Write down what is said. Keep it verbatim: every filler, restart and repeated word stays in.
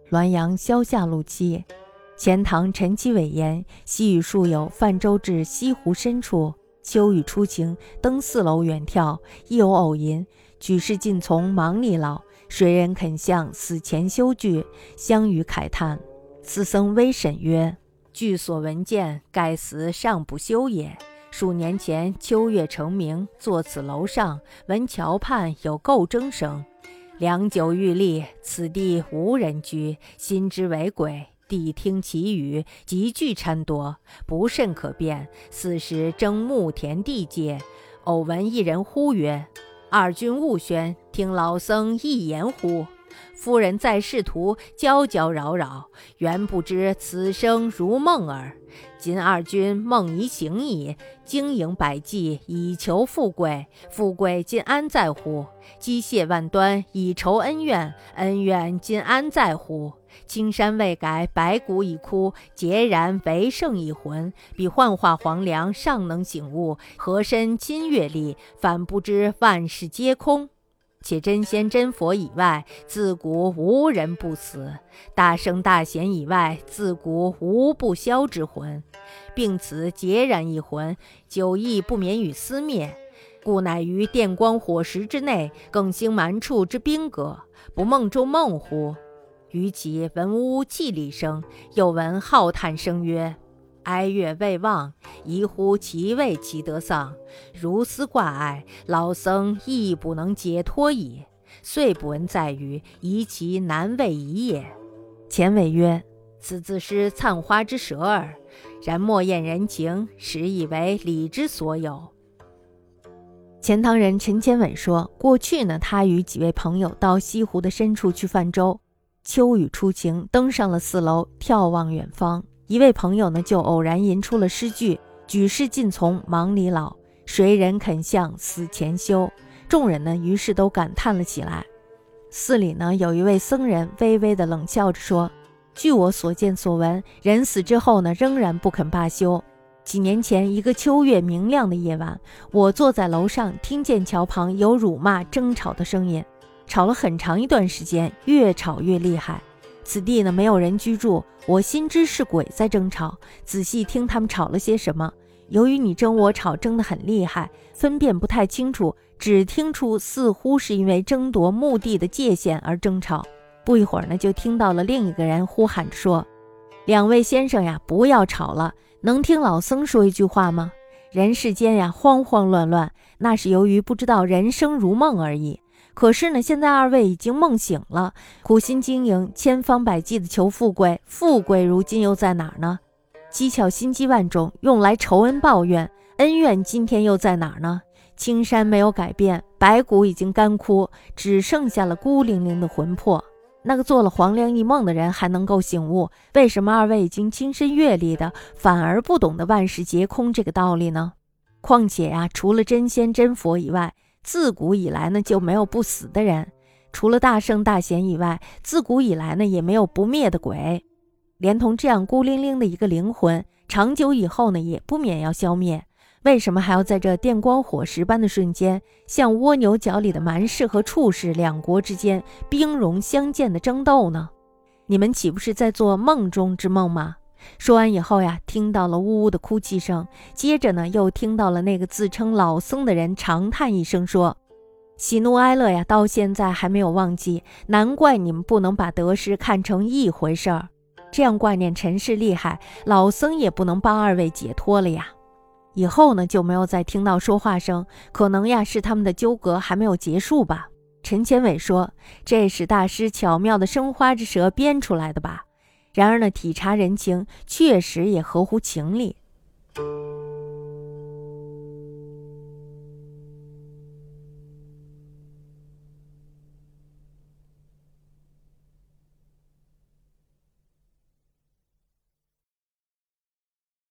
滦阳萧下路七。钱塘陈其伟言，西与数友泛舟至西湖深处，秋雨初晴，登四楼远眺，亦有偶吟，举世尽从忙里老，谁人肯向死前休句，相与慨叹。此僧微审曰：据所闻见，盖死尚不休也。数年前秋月成明，坐此楼上，闻桥畔有构筝声，良久欲立，此地无人居，心之为鬼。谛听其语，极具参多，不甚可辨。四时正牧田地界，偶闻一人呼曰：二君勿宣，听老僧一言乎？夫人在仕途，交交扰扰，原不知此生如梦耳。今二君梦已醒矣，经营百计以求富贵，富贵今安在乎？机械万端以酬恩怨，恩怨今安在乎？青山未改，白骨已枯，孑然唯剩一魂。比幻化黄粱，尚能醒悟，和身亲阅历，反不知万事皆空。且真仙真佛以外，自古无人不死；大圣大贤以外，自古无不消之魂。并此孑然一魂，久亦不免与思灭，故乃于电光火石之内，更兴蛮处之兵戈，不梦中梦乎？于其闻呜泣厉声，又闻浩叹声曰：哀乐未忘，宜乎其为其得丧。如斯挂碍，老僧亦不能解脱矣。遂不闻再语，宜其难为矣也。钱伟曰：此自是灿花之舌耳，然莫厌人情，实以为理之所有。钱塘人陈钱伟说，过去呢，他与几位朋友到西湖的深处去泛舟，秋雨初晴，登上了四楼，眺望远方。一位朋友呢，就偶然吟出了诗句：举世尽从忙里老，谁人肯向死前休？众人呢，于是都感叹了起来。寺里呢，有一位僧人微微的冷笑着说：据我所见所闻，人死之后呢，仍然不肯罢休。几年前一个秋月明亮的夜晚，我坐在楼上，听见桥旁有辱骂争吵的声音，吵了很长一段时间，越吵越厉害。此地呢，没有人居住，我心知是鬼在争吵，仔细听他们吵了些什么。由于你争我吵争得很厉害，分辨不太清楚，只听出似乎是因为争夺墓地的界限而争吵。不一会儿呢，就听到了另一个人呼喊着说：两位先生呀，不要吵了，能听老僧说一句话吗？人世间呀，慌慌乱乱，那是由于不知道人生如梦而已。可是呢，现在二位已经梦醒了，苦心经营，千方百计的求富贵，富贵如今又在哪儿呢？机巧心机万种，用来仇恩报怨，恩怨今天又在哪儿呢？青山没有改变，白骨已经干枯，只剩下了孤零零的魂魄。那个做了黄粱一梦的人还能够醒悟，为什么二位已经亲身阅历的，反而不懂得万事皆空这个道理呢？况且呀、啊，除了真仙真佛以外，自古以来呢，就没有不死的人；除了大圣大贤以外，自古以来呢，也没有不灭的鬼。连同这样孤零零的一个灵魂，长久以后呢，也不免要消灭。为什么还要在这电光火石般的瞬间，像蜗牛角里的蛮氏和处氏两国之间兵戎相见的争斗呢？你们岂不是在做梦中之梦吗？说完以后呀，听到了呜呜的哭泣声，接着呢，又听到了那个自称老僧的人长叹一声说：喜怒哀乐呀，到现在还没有忘记，难怪你们不能把得失看成一回事儿。这样挂念尘世厉害，老僧也不能帮二位解脱了呀。以后呢，就没有再听到说话声，可能呀，是他们的纠葛还没有结束吧。陈钱伟说，这是大师巧妙的生花之舌编出来的吧。然而呢，体察人情，确实也合乎情理。